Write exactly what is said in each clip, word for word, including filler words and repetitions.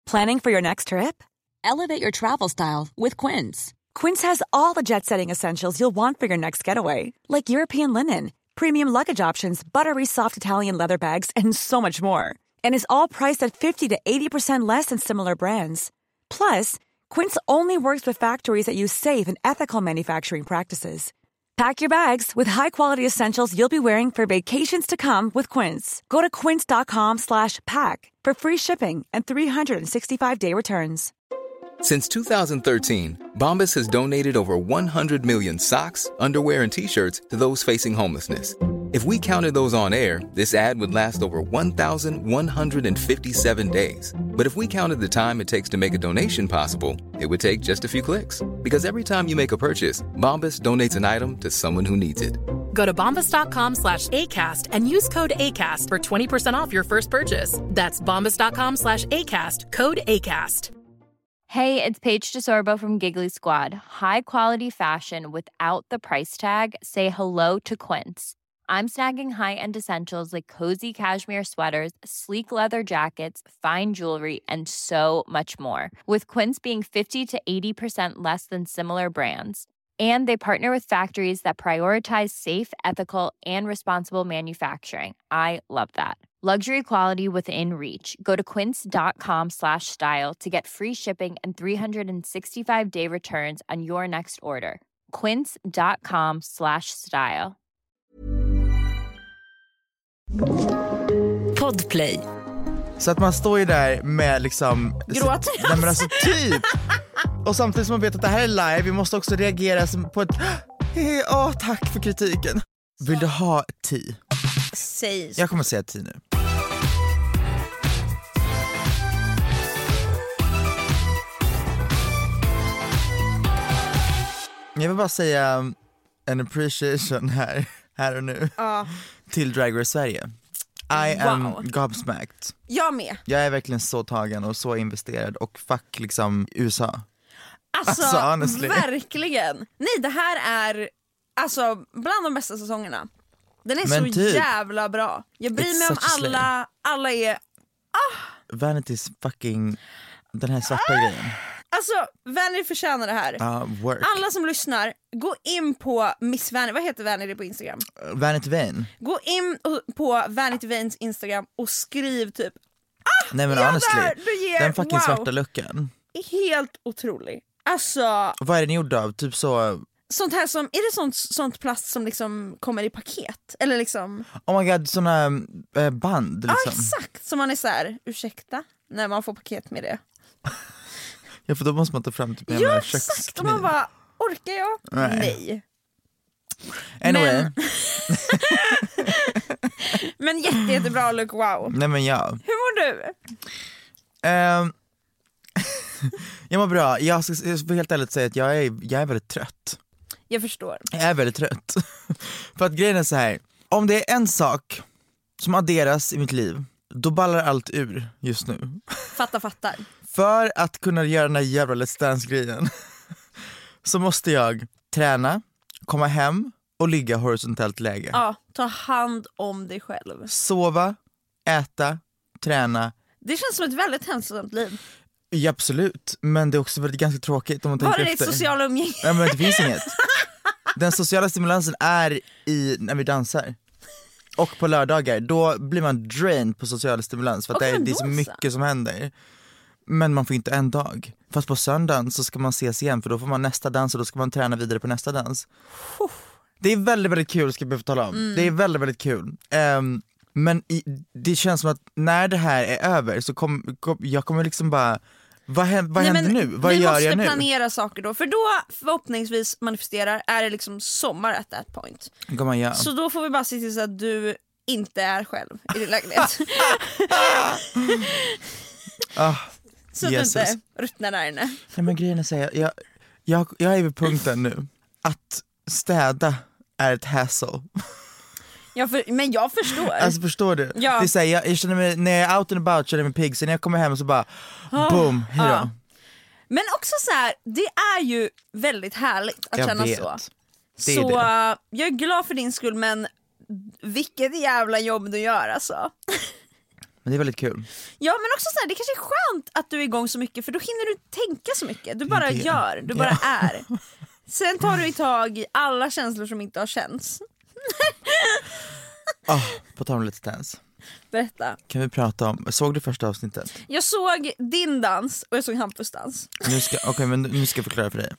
Planning for your next trip? Elevate your travel style with Quince. Quince has all the jet-setting essentials you'll want for your next getaway, like European linen, premium luggage options, buttery soft Italian leather bags, and so much more. And is all priced at fifty to eighty percent less than similar brands. Plus, Quince only works with factories that use safe and ethical manufacturing practices. Pack your bags with high-quality essentials you'll be wearing for vacations to come with Quince. Go to quince.com slash pack for free shipping and three sixty-five day returns. Since two thousand thirteen, Bombas has donated over one hundred million socks, underwear, and T-shirts to those facing homelessness. If we counted those on air, this ad would last over one thousand one hundred fifty-seven days. But if we counted the time it takes to make a donation possible, it would take just a few clicks. Because every time you make a purchase, Bombas donates an item to someone who needs it. Go to bombas.com slash ACAST and use code ACAST for twenty percent off your first purchase. That's bombas.com slash ACAST, code ACAST. Hey, it's Paige DeSorbo from Giggly Squad. High quality fashion without the price tag. Say hello to Quince. I'm snagging high-end essentials like cozy cashmere sweaters, sleek leather jackets, fine jewelry, and so much more. With Quince being fifty to eighty percent less than similar brands. And they partner with factories that prioritize safe, ethical, and responsible manufacturing. I love that. Luxury quality within reach. Go to quince.com slash style to get free shipping and three sixty-five day returns on your next order. Quince.com slash style. Podplay. Så att man står ju där med liksom gråter. Nej men alltså typ. Och samtidigt som man vet att det här är live, vi måste också reagera på ett ja, oh, tack för kritiken. Vill du ha te? Säg. Jag kommer säga te nu. Jag vill bara säga en appreciation här, här och nu uh. till Drag Race Sverige. I wow. am gobsmacked. Jag med. Jag är verkligen så tagen och så investerad och fuck liksom U S A. Alltså, alltså verkligen. Nej, det här är alltså bland de bästa säsongerna. Den är Men så typ, jävla bra. Jag bryr mig om alla. Alla är ah. Vanity's fucking den här svarta ah. grejen. Alltså, Vanity förtjänar det här. Uh, work. Alla som lyssnar, gå in på Miss Vanity. Vad heter Vanity på Instagram? Uh, Vanity Vane. Gå in på Vanity Vanes Instagram och skriv typ ah, nej men honestly, ger, den fucking wow. svarta luckan helt otrolig. Alltså, vad är den gjord av? Typ så sånt här som, är det sånt, sånt plast som liksom kommer i paket? Eller liksom oh my god, såna äh, band liksom. Ja exakt, som man är så här, ursäkta, när man får paket med det. Ja, för då måste man ta fram typ en ja, exakt, och man bara, orkar jag? Nej, Nej. Anyway. Men, men jätte, jättebra look, wow. Nej men ja. Hur mår du? Um, jag mår bra. Jag ska, jag ska helt ärligt säga att jag är, jag är väldigt trött. Jag förstår. Jag är väldigt trött. För att grejen är så här, om det är en sak som adderas i mitt liv, då ballar allt ur just nu. Fattar, fattar. För att kunna göra den här jävla Let's Dance-grejen så måste jag träna, komma hem och ligga horisontellt läge. Ja, ta hand om dig själv. Sova, äta, träna. Det känns som ett väldigt hälsosamt liv. Ja, absolut, men det är också väldigt ganska tråkigt om man tänker efter. Var är ditt sociala umgänge? Ja, men det finns inget. Den sociala stimulansen är i när vi dansar. Och på lördagar, då blir man drained på social stimulans för att det är, det är så mycket som händer. Men man får inte en dag. Fast på söndagen så ska man ses igen, för då får man nästa dans och då ska man träna vidare på nästa dans. Det är väldigt, väldigt kul, ska jag behöva tala om. Mm. Det är väldigt, väldigt kul. Um, men i, det känns som att när det här är över så kommer kom, jag kommer liksom bara, vad, händer, vad Nej, händer nu? Vad gör jag nu? Vi måste planera saker då, för då förhoppningsvis manifesterar, är det liksom sommar at that point. Man, ja. Så då får vi bara se till så att du inte är själv i din lägenhet. ah. Så att Jesus. Du inte ruttnar där inne. Nej, men grejen är så här, jag, jag, jag är vid punkten nu att städa är ett hassle. Ja, för, men jag förstår. Alltså förstår du? Ja. Det är så här, jag, jag känner mig, när jag är out and about känner jag mig pigg, så när jag kommer hem så bara oh. boom, hejdå. Ja. Men också så här, det är ju väldigt härligt att jag känna vet. så. Det så är det. Jag är glad för din skull, men vilket jävla jobb du gör alltså. Men det är väldigt kul. Ja, men också så här, det kanske är skönt att du är igång så mycket, för då hinner du tänka så mycket. Du bara det. gör, du bara ja. är. Sen tar du i tag i alla känslor som inte har känts. oh, på tal om Let's Dance. Berätta. Kan vi prata om, såg du första avsnittet? Jag såg din dans och jag såg Hampus dans. Nu ska, okej, okay, men nu ska jag förklara för dig.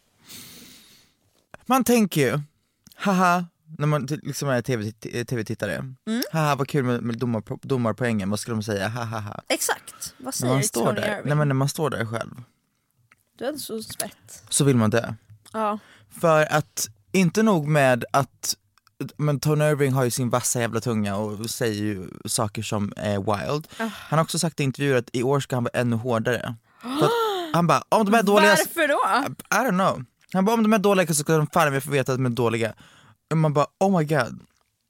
Man tänker ju, haha, när man liksom är tv, tv-tittare, mm. haha vad kul med, med domar, domarpoängen, vad skulle de säga, haha. Exakt, vad säger när man du står Tony där, Irving? nej, men när man står där själv. Du är så svett. Så vill man dö. Ja. För att, inte nog med att, men Tony Irving har ju sin vassa jävla tunga och säger ju saker som är wild. Uh. Han har också sagt i intervjuer att i år ska han vara ännu hårdare. För att, han bara, om de är dåliga... Varför då? I don't know. Han bara, om de är dåliga så ska de fan med få veta att de är dåliga. Och man bara, oh my god.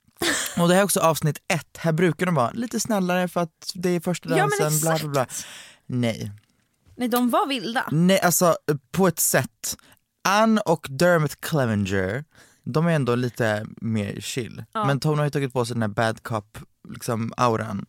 Och det här är också avsnitt ett. Här brukar de vara lite snällare för att det är första dansen, ja, bla bla bla. Nej. Nej, de var vilda. Nej, alltså på ett sätt. Ann och Dermot Clevenger, de är ändå lite mer chill. Ja. Men Tony har ju tagit på sig den här bad cop liksom, auran.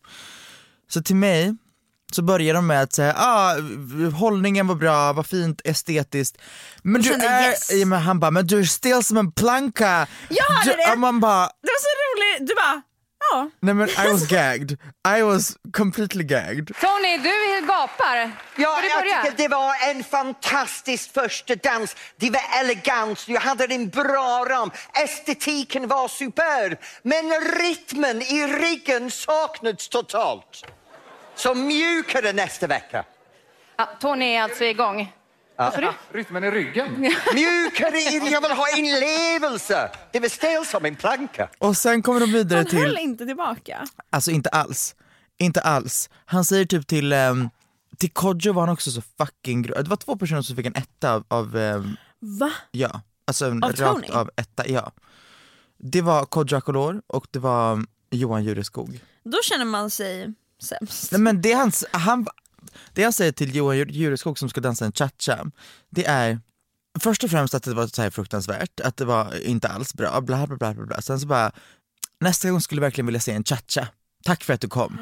Så till mig så börjar de med att säga, ah, hållningen var bra, var fint, estetiskt. Men du är, yes. ja, men han bara, men du är stel som en planka. Jag hade du, det. Man bara, det var så roligt, du bara, ja. Nej men I was gagged, I was completely gagged. Tony, du gapar. Ja, jag tycker det var en fantastisk första dans. Det var elegant, du hade en bra ram. Estetiken var superb. Men rytmen i ryggen saknades totalt. Så mjukare nästa vecka. Ja, Tony är alltså igång. Ja. Ja, rytmen i ryggen. Mjukare, jag vill ha inlevelse. Det var stel som en planka. Och sen kommer de vidare han till... Han höll inte tillbaka. Alltså inte alls. Inte alls. Han säger typ till... Um, till Kodjo var han också så fucking... Det var två personer som fick en etta av... av um, Va? Ja. Alltså en av rakt Tony? av etta, ja. Det var Kodjo Akolor och det var um, Johan Jureskog. Då känner man sig sämst. Nej men det han... han Det jag säger till Johan Jureskog som ska dansa en cha-cha, det är först och främst att det var så här fruktansvärt, att det var inte alls bra, bla bla bla bla. Sen så bara, nästa gång skulle jag verkligen vilja se en cha-cha. Tack för att du kom.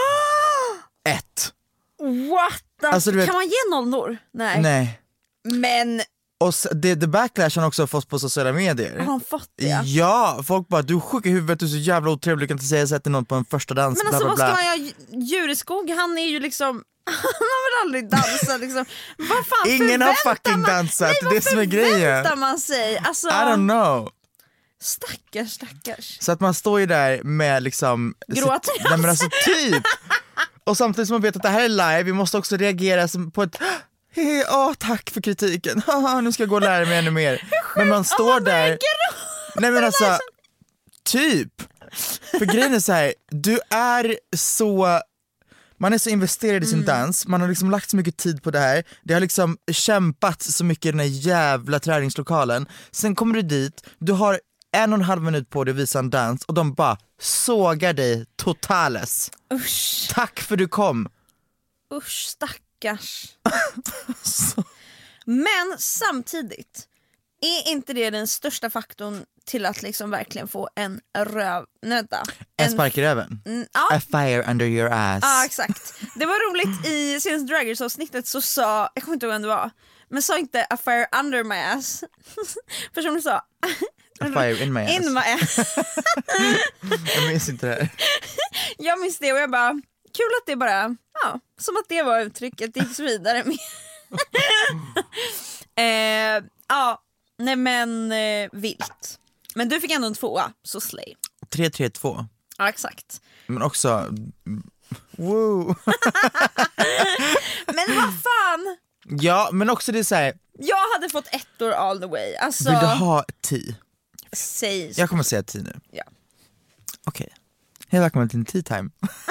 Ett. What the... Alltså, vet... Kan man ge nollor? Nej. Nej. Men... Och det, det backlash han också har fått på sociala medier. Har han fått det? Ja, folk bara, du är sjuk i huvudet, du är så jävla otrevlig, du kan inte säga så till någon på en första dans. Men alltså bla, bla, bla. vad ska man göra? Jureskog, han är ju liksom... Han har väl aldrig dansat liksom. Vad fan ingen har fucking man... dansat. Nej, det är det som är grejen. Vad förväntar man sig? Alltså... I don't know. Stackars, stackars. Så att man står ju där med liksom... Gråter. Nej men alltså typ. Och samtidigt som man vet att det här är live, vi måste också reagera på ett... Hej, åh, tack för kritiken. Nu ska jag gå och lära mig ännu mer. Men man står oh, där... Nej men alltså, typ. För grejen är så här, du är så... Man är så investerad i sin mm. dans, man har liksom lagt så mycket tid på det här. Det har liksom kämpat så mycket i den här jävla träningslokalen. Sen kommer du dit, du har en och en halv minut på dig att visa en dans och de bara sågar dig totales. Usch. Tack för du kom. Usch, stackars. Men samtidigt, är inte det den största faktorn till att liksom verkligen få en rövnöda? En, en spark i röven? Mm, ja. A fire under your ass. Ja, exakt. Det var roligt, i senaste Drag Race-avsnittet så sa, jag kommer inte ihåg vem det var, men sa inte a fire under my ass. För som du sa, a fire in my ass. In my ass. Jag minns inte det här. Jag minns det och jag bara, kul att det bara, ja, som att det var uttrycket, det gick så vidare med. eh, ja, nej men eh, vilt. Men du fick ändå en tvåa, så slay. tre tre två. Ja, exakt. Men också, woo. Men vad fan? Ja, men också det är så här. Jag hade fått ettor all the way. Alltså... Vill du ha tio? Säg. Jag kommer säga tio nu. Ja. Okej. Okay. Hej, välkommen till en tea time.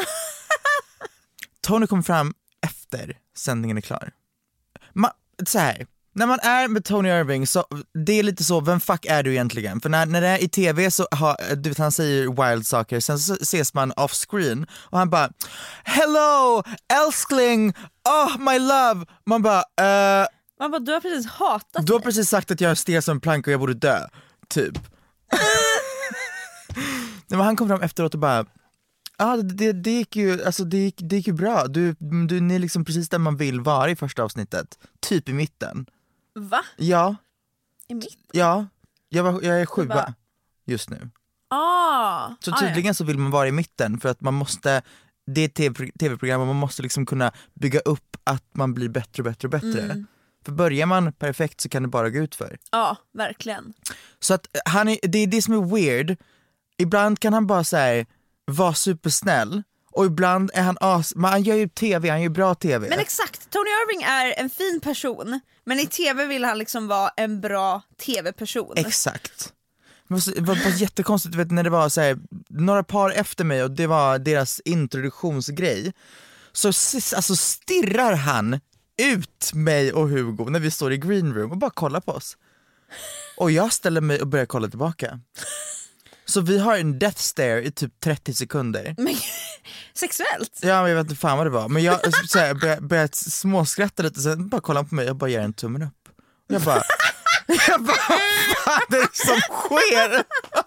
Tony kom fram efter sändningen är klar. Ma- så här. När man är med Tony Irving så det är lite så, vem fuck är du egentligen? För när, när det är i tv så har, du vet, han säger wild saker, sen så ses man off screen och han bara hello älskling, oh my love. Man bara uh, man bara, du har precis hatat du har mig. precis sagt att jag är stel som en planka och jag borde dö, typ. Nej, men han kom fram efteråt och bara Ja, det, det gick ju, alltså det gick, det gick ju bra. Du, du, ni är liksom precis där man vill vara i första avsnittet. Typ i mitten. Va? Ja. I mitten? Ja, jag, var, jag är sjua bara... just nu. Ah, så ah, tydligen ja. så vill man vara i mitten för att man måste, det är ett tv-program och man måste liksom kunna bygga upp att man blir bättre och bättre och bättre. Mm. För börjar man perfekt så kan det bara gå ut för. Ja, verkligen. Så att han är, det är det som är weird. Ibland kan han bara säga vara supersnäll och ibland är han as, men han gör ju tv, han gör bra tv. Men exakt, Tony Irving är en fin person, men i tv vill han liksom vara en bra tv-person. Exakt. Det var bara jättekonstigt, vet, när det var så här, några par efter mig och det var deras introduktionsgrej. Så alltså stirrar han ut mig och Hugo när vi står i green room och bara kollar på oss. Och jag ställer mig och börjar kolla tillbaka. Så vi har en death stare i typ trettio sekunder. Men, sexuellt? Ja, jag vet inte fan vad det var. Men jag så här, började, började småskratta lite, sen bara kolla på mig och bara ger en tummen upp. Och jag bara, jag bara, vad fan är det som sker?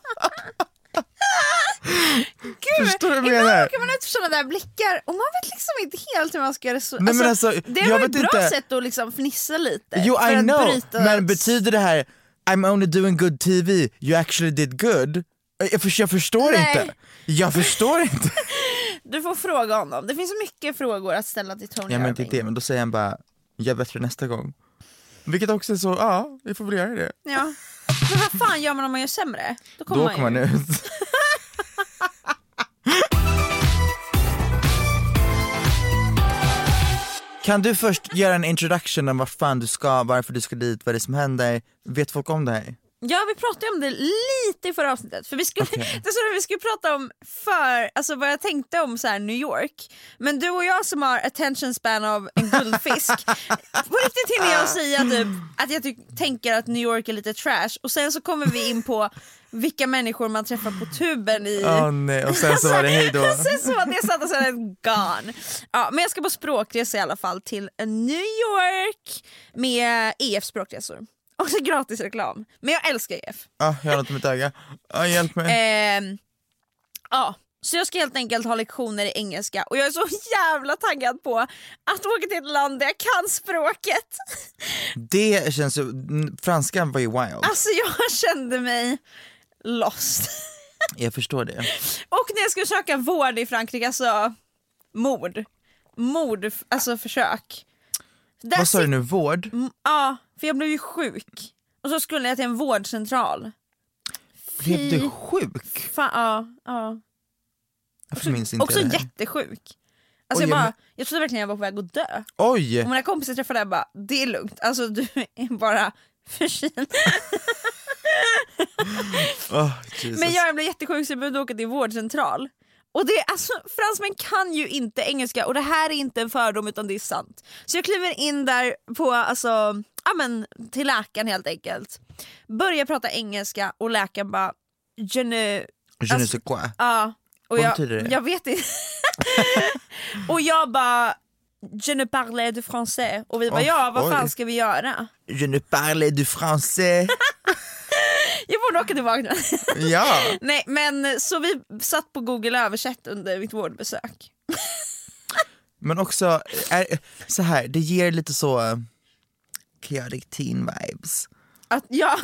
Gud, förstår du vad ibland jag kan man ut för sådana där blickar och man vet liksom inte helt hur man ska göra så. Nej, men alltså, det jag var vet ett bra inte. sätt att liksom fnissa lite. Jo, för I att know, bryta men ett... betyder det här I'm only doing good T V, you actually did good? Jag, för, jag förstår Nej. inte. Jag förstår inte. Du får fråga honom. Det finns så mycket frågor att ställa till Tony Ja, men Irving. inte det, men då säger han bara, gör bättre nästa gång. Vilket också är så, ja, vi får väl göra det. Ja. Men vad fan gör man om man gör sämre? Då kommer då man, kommer man ut. Kan du först göra en introduction om vart fan du ska, varför du ska dit, vad det är som händer? Vet folk om det här? Ja, vi pratade om det lite i förra avsnittet. För vi skulle, okay. det så vi skulle prata om för, alltså vad jag tänkte om så här New York. Men du och jag som har attention span av en guldfisk, på riktigt hinner jag säga typ att jag ty- tänker att New York är lite trash. Och sen så kommer vi in på vilka människor man träffar på tuben i... Åh oh, nej, och sen så var det hej då. Sen så var det satt och sen gone. Ja, men jag ska på språkresa i alla fall till New York med E F språkresor. Också gratis reklam. Men jag älskar E F. Ja, ah, jag har något i mitt öga. Ah, hjälp mig. Eh, ja, så jag ska helt enkelt ha lektioner i engelska. Och jag är så jävla taggad på att åka till ett land där jag kan språket. Det känns ju, franskan var ju wild. Alltså jag kände mig lost. Jag förstår det. Och när jag skulle söka vård i Frankrike, alltså mord. Mord, alltså försök. Där Vad sa du nu, vård? Mm, ja, för jag blev ju sjuk. Och så skulle jag till en vårdcentral. Blev du sjuk? Fan, ja, ja. Jag minns inte också det här. Jättesjuk. Alltså Oj, jag, bara, men... jag trodde verkligen jag var på väg att dö. Oj! Och mina kompisar träffade där bara, det är lugnt. Alltså du är bara förkyld. oh, Men jag blev jättesjuk så jag behövde åka till vårdcentral. Och det, alltså, fransmän kan ju inte engelska och det här är inte en fördom utan det är sant. Så jag kliver in där på, alltså, ja men till läkaren helt enkelt. Börjar prata engelska och läkaren bara, je ne... Je ne sais quoi. Ja. Och vad jag, betyder det? Jag vet inte. Och jag bara, je ne parle du français. Och vi bara, oh, ja vad fan oj. Ska vi göra? Je ne parle du français. Jag borde åka tillbaka. Ja. Nej, men så vi satt på Google översätt under mitt vårdbesök. Men också är, så här, det ger lite så uh, chaotic teen vibes. Att, ja.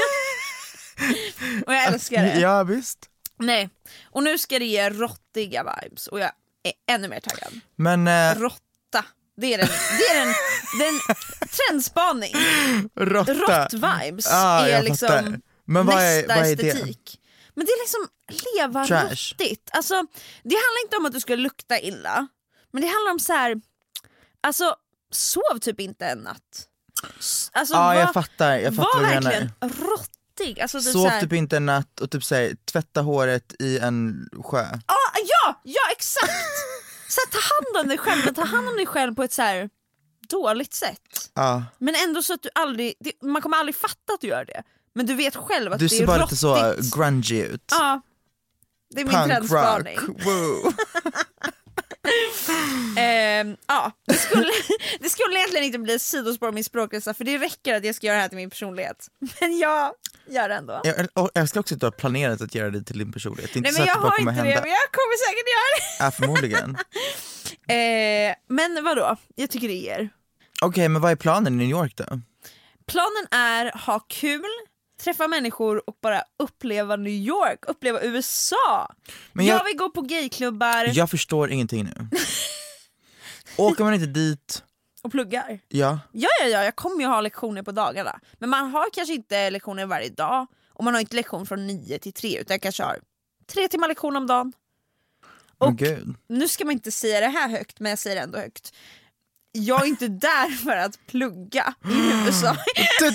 Och jag älskar det. Ja, visst. Nej, och nu ska det ge råttiga vibes och jag är ännu mer taggad. Men uh, råtta. Det är en, det är en, det är en trendspaning. Råtta. Rått-vibes ah, är liksom men vad är, nästa vad är estetik. Det? Men det är liksom leva trash. Rottigt. Alltså, det handlar inte om att du ska lukta illa. Men det handlar om så här, alltså sov typ inte en natt. Alltså, ja, var, jag fattar, jag fattar var vad verkligen råttig. Alltså, typ sov så här, typ inte en natt och typ säg tvätta håret i en sjö. Ah, ja, ja exakt. Så här, ta hand om dig själv, men ta hand om dig själv på ett så här dåligt sätt. Ah. Men ändå så att du aldrig, det, man kommer aldrig fatta att du gör det. Men du vet själv att du det är ser bara råttigt. lite så grungy ut. Ja, det är min punk trendspaning. rock. Wow. eh, ja, det skulle, det skulle egentligen inte bli sidospår min språkresa, för det räcker att jag ska göra det här till min personlighet. Men jag gör det ändå. Jag, och jag ska också inte ha planerat att göra det till din personlighet. Det är inte Nej, men jag så att det har inte hända. det, men jag kommer säkert göra det. Ja, förmodligen. eh, men vadå? Jag tycker det ger. Okej, okay, men vad är planen i New York då? Planen är ha kul, träffa människor och bara uppleva New York, uppleva U S A. Men jag, jag vill gå på gayklubbar. Jag förstår ingenting nu. Åker man inte dit och pluggar? Ja. Ja, ja, ja, jag kommer ju ha lektioner på dagarna. Men man har kanske inte lektioner varje dag. Och man har inte lektion från nio till tre, utan jag kanske har tre timmar lektion om dagen. Och oh, nu ska man inte säga det här högt, men jag säger det ändå högt. Jag är inte där för att plugga i U S A.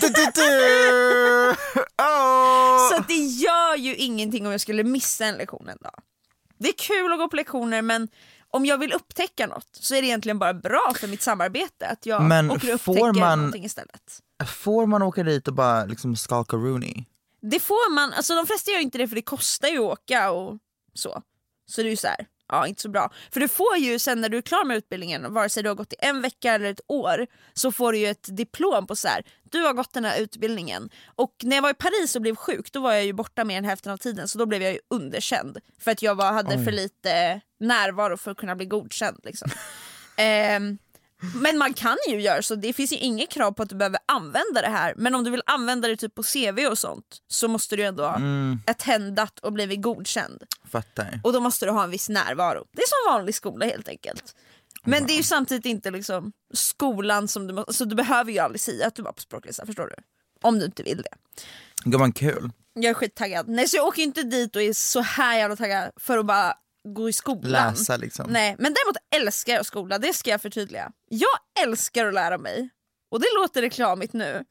Så att det gör ju ingenting om jag skulle missa en lektion en dag. Det är kul att gå på lektioner, men om jag vill upptäcka något så är det egentligen bara bra för mitt samarbete att jag men åker och upptäcker man, någonting istället. Får man åka dit och bara liksom skalka Rooney? Det får man, alltså de flesta gör inte det, för det kostar ju att åka och så. Så det är ju så här, ja, inte så bra. För du får ju sen när du är klar med utbildningen, vare sig du har gått i en vecka eller ett år, så får du ju ett diplom på så här: du har gått den här utbildningen. Och när jag var i Paris och blev sjuk, då var jag ju borta mer än hälften av tiden, så då blev jag ju underkänd. För att jag var, hade Oj. för lite närvaro för att kunna bli godkänd liksom. ehm, Men man kan ju göra så, det finns ju inget krav på att du behöver använda det här. Men om du vill använda det typ på C V och sånt, så måste du ändå ha mm. attendat och blivit godkänd. Fattar. Och då måste du ha en viss närvaro. Det är som vanlig skola helt enkelt. Men wow. det är ju samtidigt inte liksom skolan som du måste, så du behöver ju aldrig säga att du var på språkresa, förstår du? Om du inte vill det. Det var kul. Jag är skittaggad. Nej, så jag åker inte dit och är så här jävla taggad för att bara gå i skolan. Läsa liksom. Nej, men däremot älskar jag skola, det ska jag förtydliga. Jag älskar att lära mig. Och det låter reklamigt nu.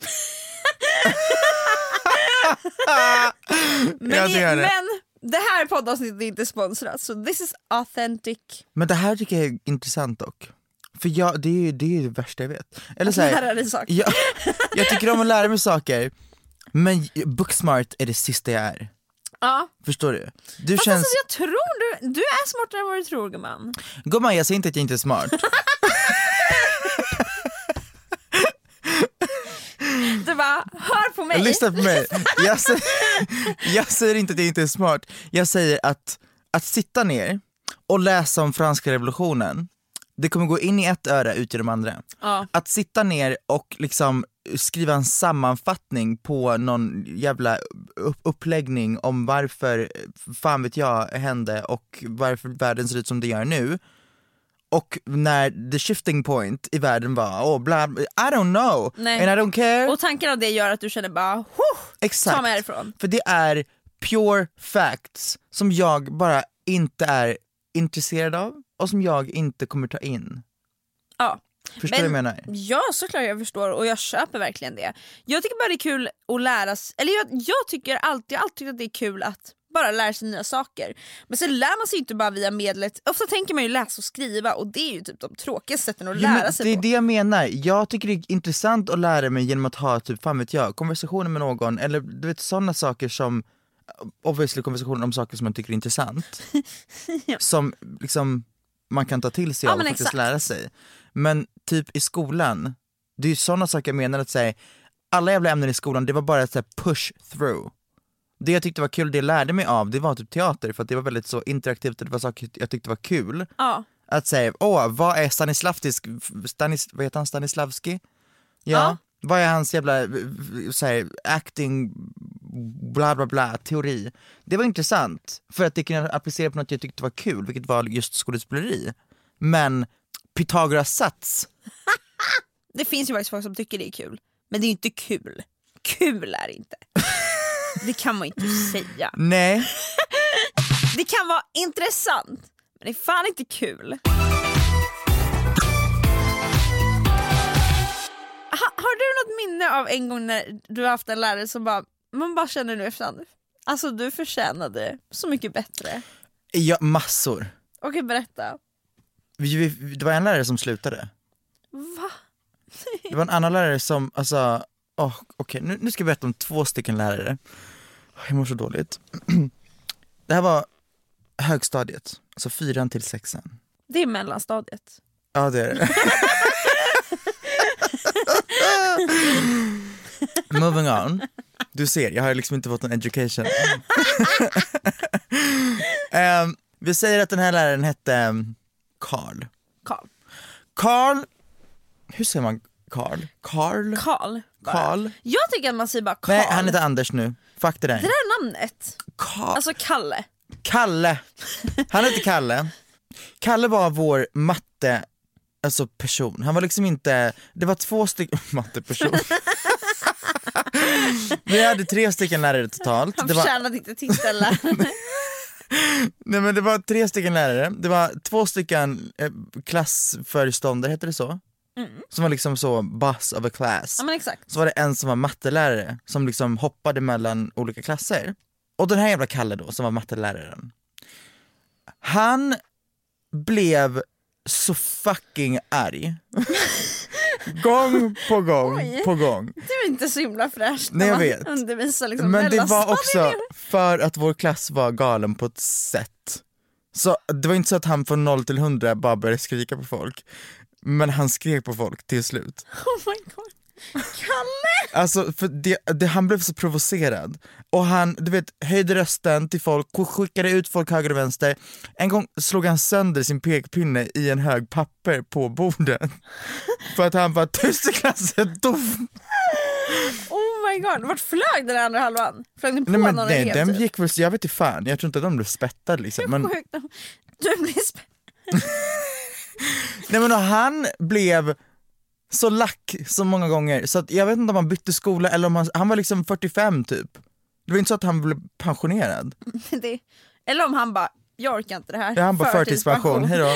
men, ja, det det. men det här poddavsnittet är inte sponsrat, så this is authentic. Men det här tycker jag är intressant dock. För jag, det är ju det, är det värsta jag vet. Eller så här, lära dig saker. Jag, jag tycker om att lära mig saker, men booksmart är det sista jag är. Ja. Förstår du? Du Fast känns... alltså, jag tror du, du är smartare än vad du tror, gumman. Gumman, jag säger inte att jag inte är smart. Du bara, hör på mig. Lyssna på mig. Jag säger, jag säger inte att jag inte är smart. Jag säger att att sitta ner och läsa om franska revolutionen, det kommer gå in i ett öra, ut i de andra. Ja. Att sitta ner och liksom skriva en sammanfattning på någon jävla uppläggning om varför, fan vet jag, hände och varför världen ser ut som det gör nu. Och när the shifting point i världen var, oh, bla, I don't know. Nej. And I don't care. Och tanken av det gör att du känner bara, exakt. Ta mig härifrån. För det är pure facts som jag bara inte är intresserad av och som jag inte kommer ta in. Ja. Förstår du vad jag menar? Ja, såklart jag förstår, och jag köper verkligen det. Jag tycker bara det är kul att lära sig, eller jag, jag tycker alltid, jag alltid tycker att det är kul att bara lära sig nya saker. Men sen lär man sig inte bara via medlet. Ofta tänker man ju läsa och skriva, och det är ju typ de tråkiga sätten att ja, lära sig det på. Det är det jag menar. Jag tycker det är intressant att lära mig genom att ha typ, fan vet jag, konversationer med någon, eller du vet sådana saker som obviously konversationer om saker som man tycker är intressant. ja. Som liksom man kan ta till sig ja, av och faktiskt exakt. lära sig. Men typ i skolan, det är ju sådana saker jag menar att säga, alla jävla ämnen i skolan, det var bara ett så här push through. Det jag tyckte var kul, det jag lärde mig av, det var typ teater, för att det var väldigt så interaktivt och det var saker jag tyckte var kul. Ja. Att säga, åh, vad är Stanislavski, Stanis, vad heter han, Stanislavski? Ja. ja. Vad är hans jävla så här, acting bla bla bla teori? Det var intressant, för att det kunde applicera på något jag tyckte var kul, vilket var just skådespeleri. Men Pythagoras sats. Det finns ju faktiskt folk som tycker det är kul, men det är inte kul. Kul är det inte. Det kan man inte säga. Nej. Det kan vara intressant, men det är fan inte kul. Ha, har du något minne av en gång när du har haft en lärare som bara, man bara känner nu efterhand, alltså du förtjänade så mycket bättre? Ja, massor. Okej, berätta. Det var en lärare som slutade. Va? Det var en annan lärare som, alltså, oh, okej, okay, nu, nu ska jag berätta om två stycken lärare. Jag mår så dåligt. Det här var högstadiet, alltså fyran till sexan. Det är mellanstadiet. Ja, det är det. Moving on. Du ser, jag har liksom inte fått en education. um, vi säger att den här läraren hette Karl. Karl. Karl. Hur säger man Karl? Karl? Karl. Karl. Jag tycker att man säger bara Karl. Nej, han heter Anders nu. Fuck det där. Det där namnet. Karl. Alltså Kalle. Kalle. Han heter Kalle. Kalle var vår matte alltså person. Han var liksom inte, det var två stycken matteperson. Vi hade tre stycken lärare totalt. Han det var... förtjänade inte titella. Nej, men det var tre stycken lärare. Det var två stycken eh, klassföreståndare, heter det så? Mm. Som var liksom så boss of a class. Ja, men exakt. Så var det en som var mattelärare som liksom hoppade mellan olika klasser. Och den här jävla Kalle då, som var matteläraren, han blev så fucking arg. Gång på gång Oj. på gång. Det är inte så himla fräscht. Nej, jag vet. Undervisar liksom. Men det var också för att vår klass var galen på ett sätt. Så det var inte så att han från noll till hundra bara började skrika på folk. Men han skrek på folk till slut. Oh my god. Kalle! Alltså, för det, det, han blev så provocerad. Och han, du vet, höjde rösten till folk, skickade ut folk höger och vänster. En gång slog han sönder sin pekpinne i en hög papper på bordet. För att han var tusen klasser dum. Oh my god, vart flög den andra halvan? Flög den på nej, men, någon nej, den typ? gick väl, jag vet inte fan. Jag tror inte att de blev spettade liksom. Men... Du blev spettad. Nej, men han blev så lack så många gånger så att jag vet inte om han bytte skola eller om han, han var liksom fyrtiofem typ. Det var inte så att han blev pensionerad. Det, eller om han bara, jag orkar inte det här. Ja, han bara förtidspension, hejdå.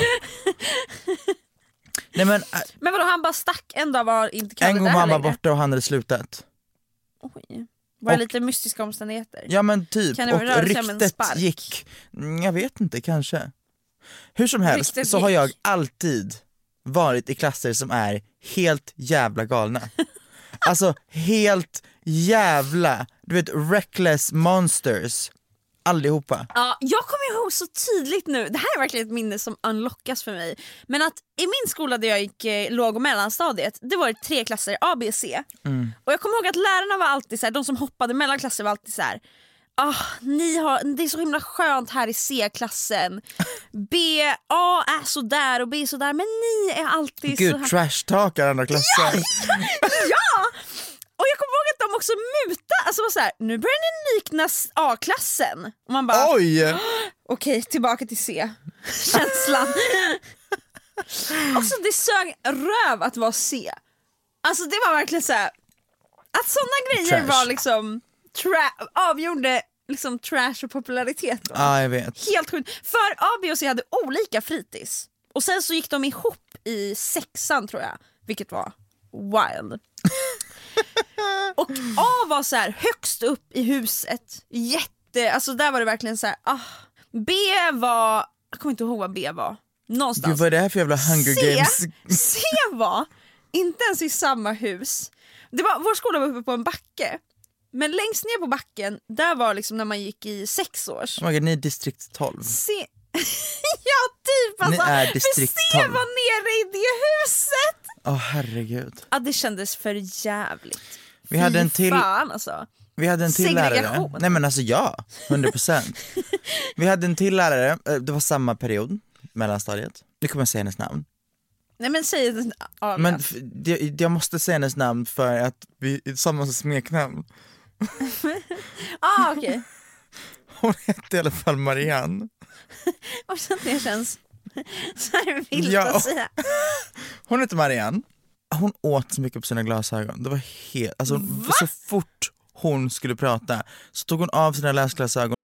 Nej, men, äh, men vadå, han bara stack en dag var inte kallade. En gång var han var borta och han hade slutat. Oj. Var det och, lite mystiska omständigheter? Ja, men typ. Kan det och ryktet gick, jag vet inte, kanske. Hur som helst ryktet så gick. Har jag alltid varit i klasser som är helt jävla galna. Alltså helt jävla, du vet, reckless monsters. Allihopa. Ja, jag kommer ihåg så tydligt nu. Det här är verkligen ett minne som unlockas för mig. Men att i min skola där jag gick eh, låg- och mellanstadiet, det var det tre klasser, A, B, C. Mm. Och jag kommer ihåg att lärarna var alltid så här, de som hoppade mellan klasser var alltid så här: ah, ni har, det är så himla skönt här i C-klassen. B, A är så där och B är så där, men ni är alltid Gud, så här. Gud, trash-talkar andra klasser. Ja, ja! Och jag kommer ihåg att de också muta, alltså var så här, nu börjar ni likna A-klassen. Och man bara, oj! Okej, okay, tillbaka till C. Känslan. Också det sög röv att vara C. Alltså det var verkligen så här, att sådana grejer trash. Var liksom tra- avgjorde liksom trash och popularitet. Ja, ah, jag vet. Helt sjukt. För A, B och C hade olika fritids. Och sen så gick de ihop i sexan tror jag, vilket var wild. Och A var så här högst upp i huset. Jätte, alltså där var det verkligen så här, ah. B var, jag kommer inte ihåg vad B var. Någonstans. Gud, vad är det här för jävla Hunger C, Games? C var inte ens i samma hus. Det var, vår skola var uppe på en backe. Men längst ner på backen, där var liksom när man gick i sex års. Oh my God, ni är distrikt tolv. C... ja, typ alltså. Ni är distrikt tolv. För C var nere i det huset. Åh, oh, herregud. Ja, det kändes för jävligt. Vi hade en till, fan, alltså. Vi hade en till lärare. Nej men alltså ja, hundra procent. Vi hade en till lärare, det var samma period, mellanstadiet. Nu kommer jag säga hennes namn. Nej men säg det. Ja, men f- jag, jag måste säga hennes namn för att vi är samma smeknamn. ah, okej. Okay. Hon hette i alla fall Marianne. Och så det känns så här vilt ja. att säga. Hon heter Marianne. Hon åt så mycket på sina glasögon. Det var helt, alltså så fort hon skulle prata så tog hon av sina läsglasögon.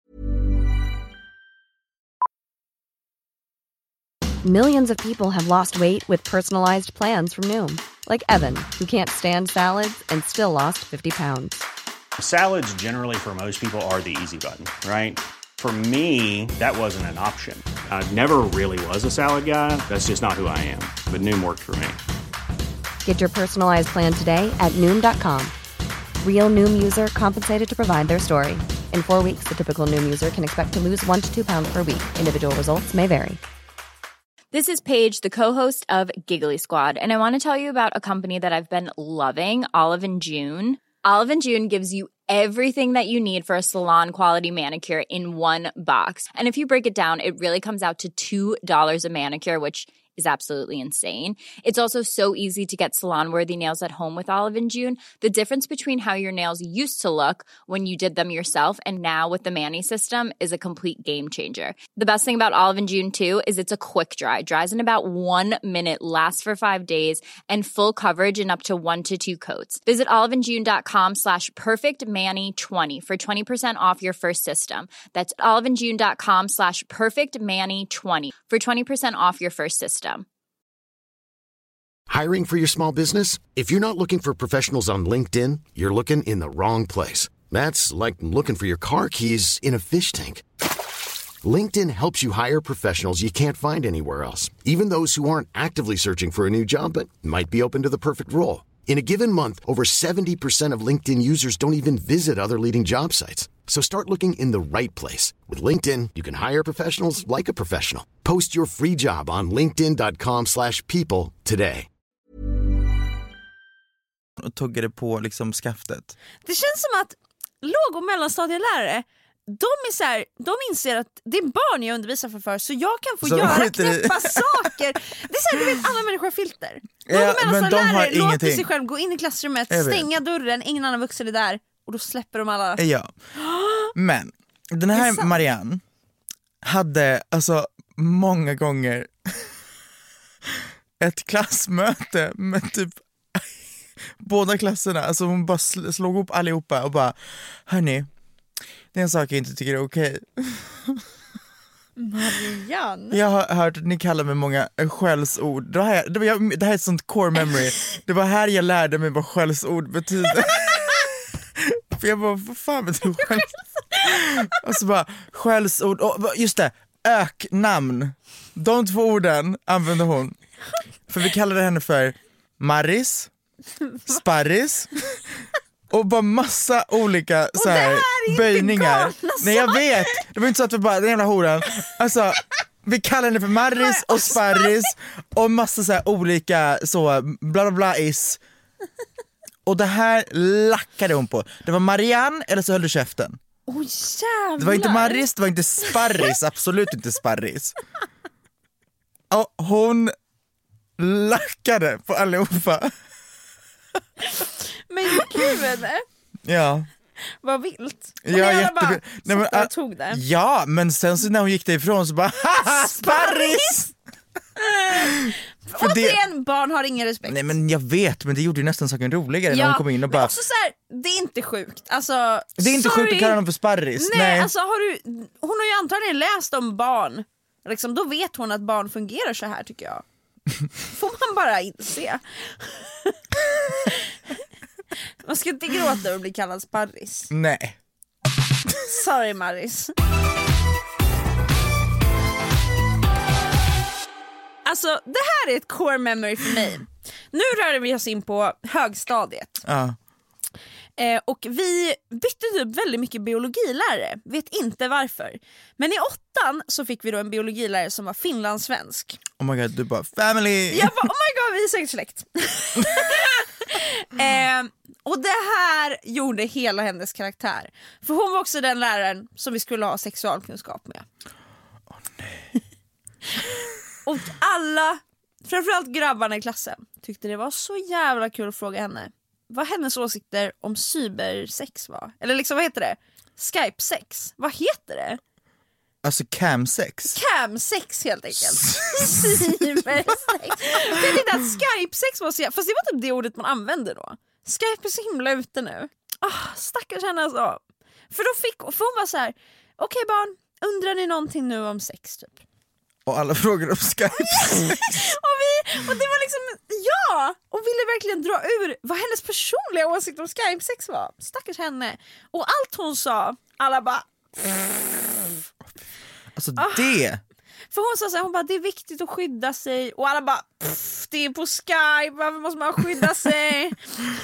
Millions of people have lost weight with personalized plans from Noom. Like Evan, who can't stand salads and still lost fifty pounds. Salads generally for most people are the easy button, right? For me, that wasn't an option. I never really was a salad guy. That's just not who I am. But Noom worked for me. Get your personalized plan today at Noom dot com. Real Noom user compensated to provide their story. In four weeks, the typical Noom user can expect to lose one to two pounds per week. Individual results may vary. This is Paige, the co-host of Giggly Squad, and I want to tell you about a company that I've been loving, Olive and June. Olive and June gives you everything that you need for a salon-quality manicure in one box. And if you break it down, it really comes out to two dollars a manicure, which is absolutely insane. It's also so easy to get salon-worthy nails at home with Olive and June. The difference between how your nails used to look when you did them yourself and now with the Mani system is a complete game changer. The best thing about Olive and June, too, is it's a quick dry. Dries in about one minute, lasts for five days, and full coverage in up to one to two coats. Visit oliveandjune.com slash perfectmani20 for twenty percent off your first system. That's oliveandjune.com slash perfectmani20 for twenty percent off your first system. Hiring for your small business? If you're not looking for professionals on LinkedIn, you're looking in the wrong place. That's like looking for your car keys in a fish tank. LinkedIn helps you hire professionals you can't find anywhere else, even those who aren't actively searching for a new job but might be open to the perfect role. In a given month, over seventy percent of LinkedIn users don't even visit other leading job sites. So start looking in the right place. With LinkedIn, you can hire professionals like a professional. Post your free job on linkedin.com slash people today. Och tuggade på liksom skaftet. Det känns som att låg- och mellanstadielärare, de är så här, de inser att det är barn jag undervisar för för så jag kan få så göra knäppa saker. Det är så här, du vet, alla människor har filter. Ja, men de har låter ingenting. Sig själv gå in i klassrummet, stänga dörren, ingen annan vuxen är där och då släpper de alla. Ja. Men den här Marianne hade alltså många gånger ett klassmöte med typ båda klasserna, alltså hon bara slog ihop allihopa och bara, hörni, det är en sak jag inte tycker är okej. Marianne. Jag har hört att ni kallar mig många skällsord. Det här, det, var, det här är ett sånt core memory. Det var här jag lärde mig vad skällsord betyder. För jag bara, vad fan betyder skällsord? Och så bara, skällsord, och just det, öknamn. De två orden använde hon. För vi kallade henne för Maris, Sparris och bara massa olika så här böjningar. Nej, jag vet. Det var inte så att vi bara, den jävla horan. Alltså, vi kallar henne för Maris och Sparris och massa så här olika så bla bla bla is. Och det här lackade hon på. Det var Marianne eller så höll du käften. Oh, jävlar. Det var inte Maris, det var inte Sparris, absolut inte Sparris. Och hon lackade på allihopa. Men gud. Ja. Vad vilt. Ja, jätte... bara, Nej, men, äh, tog det. Ja, men sen så när hon gick därifrån så bara haha, Sparris! För återigen, det... barn har ingen respekt. Nej, men jag vet, men det gjorde ju nästan saken roligare ja, när hon kom in och bara... Också så här, det är inte sjukt. Alltså, det är inte sorry. sjukt att kalla dem för Sparris. Nej, Nej. alltså har du... Hon har ju antagligen läst om barn. Liksom, då vet hon att barn fungerar så här, tycker jag. Får man bara inse. Man ska inte gråta och bli kallad Sparris. Nej. Sorry, Maris. Alltså, det här är ett core memory för mig. Nu rör vi oss in på högstadiet. Ja. Eh, och vi bytte typ väldigt mycket biologilärare. Vet inte varför. Men i åttan så fick vi då en biologilärare som var finlandssvensk. Oh my god, du bara family. Jag bara, oh my god, vi är säkert släkt. eh, och det här gjorde hela hennes karaktär. För hon var också den läraren som vi skulle ha sexualkunskap med. Åh oh, nej. Och alla, framförallt grabbarna i klassen, tyckte det var så jävla kul att fråga henne vad hennes åsikter om cybersex var. Eller liksom, vad heter det? Skype-sex. Vad heter det? Alltså camsex. Camsex helt enkelt. Cybersex. Jag tänkte att Skype-sex var så jävla... Fast det var typ det ordet man använde då. Skype är så himla ute nu. Ah, stackars henne alltså. För då fick för hon var så här: okej barn, undrar ni någonting nu om sex typ? Och alla frågor om Skype. och, vi, och det var liksom, ja! Och ville verkligen dra ur vad hennes personliga åsikt om Skype-sex var. Stackars henne. Och allt hon sa, alla bara... Alltså ah. det... För hon sa så här, hon bara, det är viktigt att skydda sig. Och alla bara, det är på Skype, varför måste man skydda sig?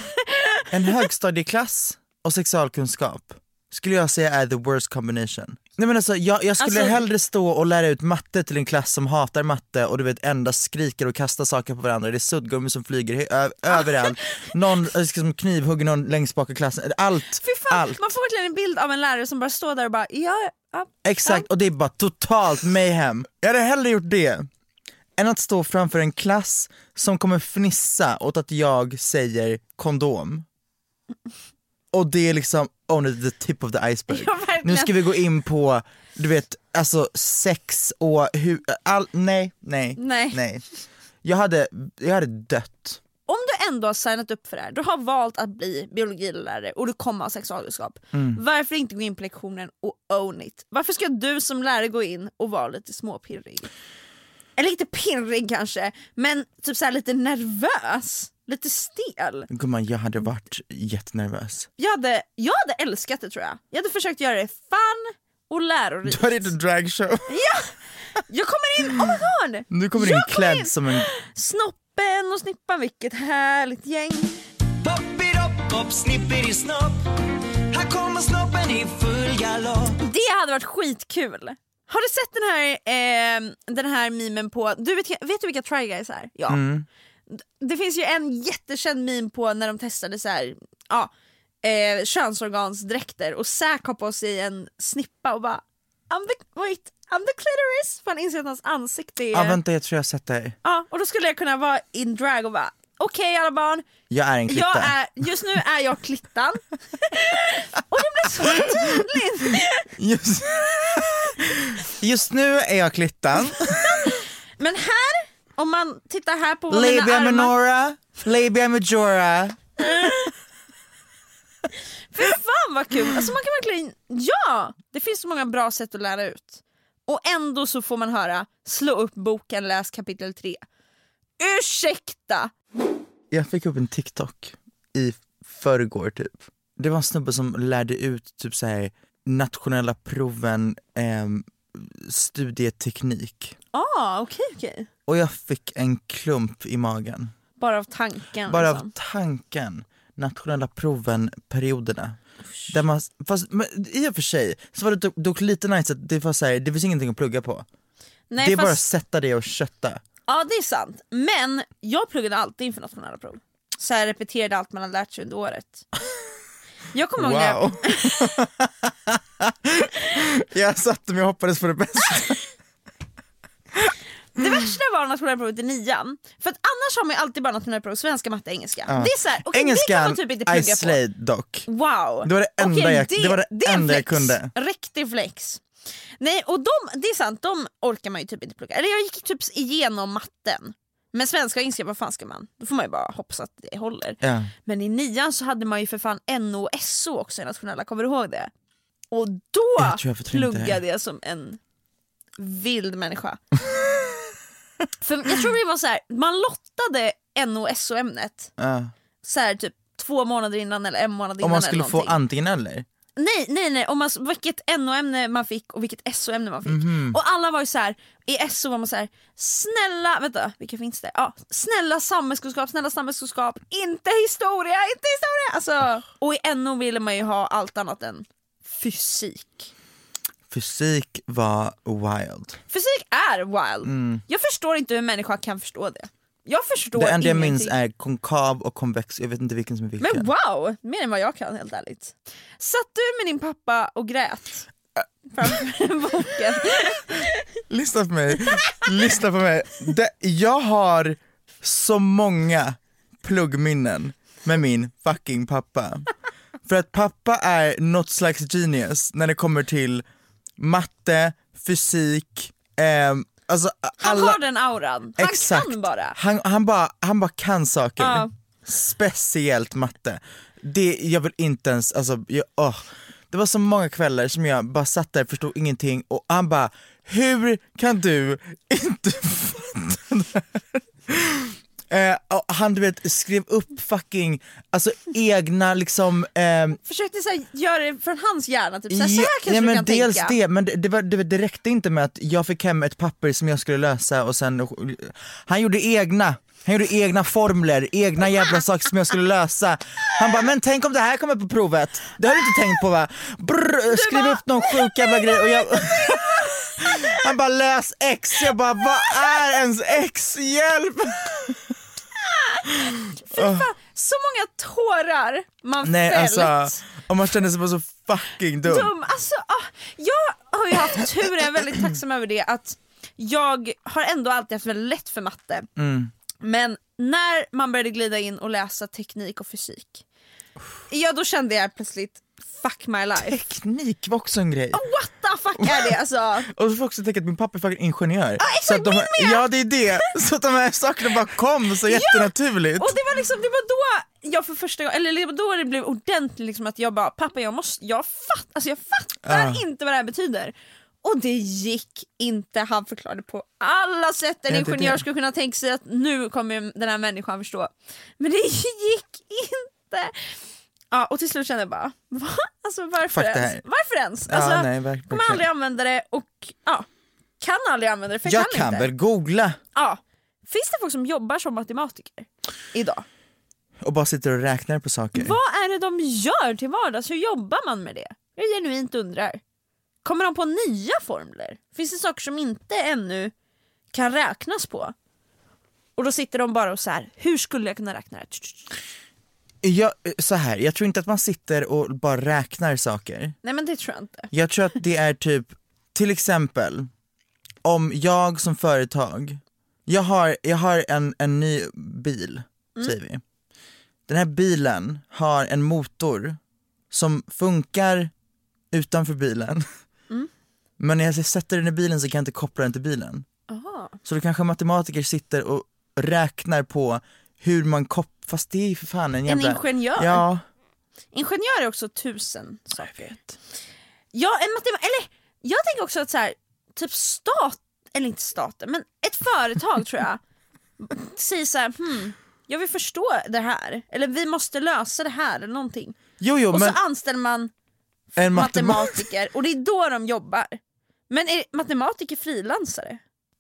En högstadieklass och sexualkunskap skulle jag säga är the worst combination. Nej men alltså jag, jag skulle Alltså- hellre stå och lära ut matte till en klass som hatar matte och du vet endast skriker och kastar saker på varandra. Det är suddgummi som flyger he- ö- överallt. Någon liksom knivhugger någon längst bak i klassen. Allt, Fy fan, allt. man får verkligen en bild av en lärare som bara står där och bara ja, ja. Exakt, och det är bara totalt mayhem. Jag hade hellre gjort det än att stå framför en klass som kommer fnissa åt att jag säger kondom. Och det är liksom only the tip of the iceberg. Ja, verkligen. Nu ska vi gå in på, du vet, alltså sex och hur, all, nej, nej, Nej. nej. Jag hade, jag hade dött. Om du ändå har signat upp för det här, du har valt att bli biologilärare och du kommer ha sexualkunskap. Mm. Varför inte gå in på lektionen och own it? Varför ska du som lärare gå in och vara lite småpirrig? Eller inte pirrig kanske, men typ så här lite nervös. Lite stel. Gumman, jag hade varit jättenervös. Jag hade, jag hade älskat det tror jag. Jag hade försökt göra det fun och lärorikt. Du hade inte dragshow. Ja! Jag kommer in, oh my god! Du kommer in Jag klädd in. som en... Snoppen och Snippan, vilket härligt gäng. Poppidi-dopp, popp, snippidi-snopp. Här kommer snoppen i full galopp. Det hade varit skitkul. Har du sett den här, eh, den här memen på... Du vet, vet du vilka Try Guys är? Ja. Mm. Det finns ju en jättekänd meme på när de testade så här, ja, eh, könsorgansdräkter och Zack har på sig en snippa och bara I'm the, wait, I'm the clitoris. För han inser att hans ansikte är... Ja, vänta, jag tror jag har sett det här. Ja, och då skulle jag kunna vara in drag och bara okej okay, alla barn. Jag är en klitta. Jag är, just nu är jag klittan. Och det blir så tydligt. Just, just nu är jag klittan. Men här, om man tittar här på mina Labia armar. minora, labia majora. För fan vad kul, alltså man kan verkligen, ja, det finns så många bra sätt att lära ut. Och ändå så får man höra, slå upp boken, läs kapitel tre. Ursäkta! Jag fick upp en TikTok i förrgår typ. Det var en snubbe som lärde ut typ så här nationella proven, eh, studieteknik. Ah, okej okay, okej. Okay. Och jag fick en klump i magen. Bara av tanken. Bara liksom. av tanken. Nationella proven, perioderna. Där man, fast, men, i och för sig så var det dock, dock lite nice att det var så här, det finns ingenting att plugga på. Nej, det är fast... bara att sätta det och kötta. Ja det är sant, men jag pluggade alltid inför nationella prov. Så jag repeterade allt man hade lärt sig under året. Jag kommer ihåg wow. när jag... jag satte mig och hoppades på det bästa. Det värsta var nationella provet i nian. För att annars har man ju alltid bara nationella prov, svenska, matte, engelska. Ja. Det är så här, okay, engelskan, det kan man typ inte plugga I slayed dock. Wow. Det var det enda, okay, jag, det, det var det det enda jag flex. kunde. Riktig flex. Nej, och de, det är sant, de orkar man ju typ inte plugga. Eller jag gick typ igenom matten. Men svenska och engelska, vad fan ska man? Då får man ju bara hoppas att det håller. Ja. Men i nian så hade man ju för fan N O och S O också i nationella, kommer du ihåg det? Och då jag jag pluggade jag som en vild människa. För jag tror det var så här, man lottade N O och S O-ämnet Ja. så här typ två månader innan eller en månad innan. Om man skulle eller få antingen eller? Nej, nej, nej. Om man, vilket N O-ämne man fick och vilket S O-ämne man fick. Mm-hmm. Och alla var ju så här, i S O var man så här, snälla, vänta, vilka finns det? Ja, snälla samhällskunskap, snälla samhällskunskap, inte historia, inte historia. Alltså, och i N O ville man ju ha allt annat än fysik. Fysik var wild. Fysik är wild. Mm. Jag förstår inte hur en människa kan förstå det. Jag förstår det enda jag ingenting. minns är konkav och konvex. Jag vet inte vilken som är vilken. Men wow, mer än vad jag kan helt ärligt. Satt du med din pappa och grät framför boken? Lyssna på mig. Lyssna på mig. Det, jag har så många pluggminnen med min fucking pappa. För att pappa är något slags genius när det kommer till matte, fysik, eh, alltså han alla... har den auran, han exakt. kan bara. Han, han bara Han bara kan saker. Ja. Speciellt matte. Det, jag vill inte ens, alltså, jag, oh. Det var så många kvällar som jag bara satt där och förstod ingenting. Och han bara, hur kan du inte fatta det här? Eh, och han du vet skrev upp fucking alltså egna liksom eh, försökte så här, göra det från hans hjärna typ så här, ja, så här kanske ja, du men kan dels tänka. det, men det, det, var, det, det räckte inte med att jag fick hem ett papper som jag skulle lösa och sen han gjorde egna Han gjorde egna formler, egna jävla saker som jag skulle lösa. Han bara, men tänk om det här kommer på provet. Det har du inte tänkt på va? Brr, skriv bara... upp någon sjuk jävla grej och jag... Han bara, läs X. Jag bara, vad är ens X? Hjälp! Fy fan, så många tårar man Nej, fällt. alltså, och man känner sig bara så fucking dum. dum. Alltså, ah, jag har ju haft tur, jag är väldigt tacksam över det, att jag har ändå alltid haft väldigt lätt för matte. Mm. Men när man började glida in och läsa teknik och fysik, ja då kände jag plötsligt fuck my life. Teknik var också en grej. Oh, what the fuck är det alltså? Och så får också tänka att min pappa är faktiskt ingenjör. Ah, exakt, så att de här, min med. ja det är det. Så att de här sakerna bara kom så jättenaturligt. Ja, och det var liksom, det var då jag för första gången, eller det var då det blev ordentligt liksom att jag bara, pappa jag måste, jag fattar, alltså jag fattar Ah. inte vad det här betyder. Och det gick inte, han förklarade på alla sätt en ingenjör skulle kunna tänka sig att nu kommer den här människan förstå. Men det gick inte. Ja, och till slut kände jag bara, va? Alltså varför ens? Varför ens? Alltså, ja, nej, verkligen. kommer aldrig använda det och ja, kan aldrig använda det för jag kan, kan inte. väl googla. Ja. Finns det folk som jobbar som matematiker idag? Och bara sitter och räknar på saker. Vad är det de gör till vardags? Hur jobbar man med det? Jag genuint undrar. Kommer de på nya formler? Finns det saker som inte ännu kan räknas på? Och då sitter de bara och så här, hur skulle jag kunna räkna det? Jag, så här, jag tror inte att man sitter och bara räknar saker. Nej men det tror jag inte. Jag tror att det är typ, till exempel, om jag som företag, jag har, jag har en, en ny bil, mm. säger vi. Den här bilen har en motor som funkar utanför bilen. Mm. Men när jag sätter den i bilen så kan jag inte koppla den till bilen. Aha. Så då kanske matematiker sitter och räknar på hur man kopplar, fast det är för fan en jävla... En ingenjör? Ja. Ingenjör är också tusen saker. Ja, en matematik... Eller, jag tänker också att så här, typ stat... Eller inte staten, men ett företag tror jag säger så här, hmm, jag vill förstå det här. Eller vi måste lösa det här eller någonting. Jo, jo, och men... så anställer man en matematiker och det är då de jobbar. Men är matematiker frilansare?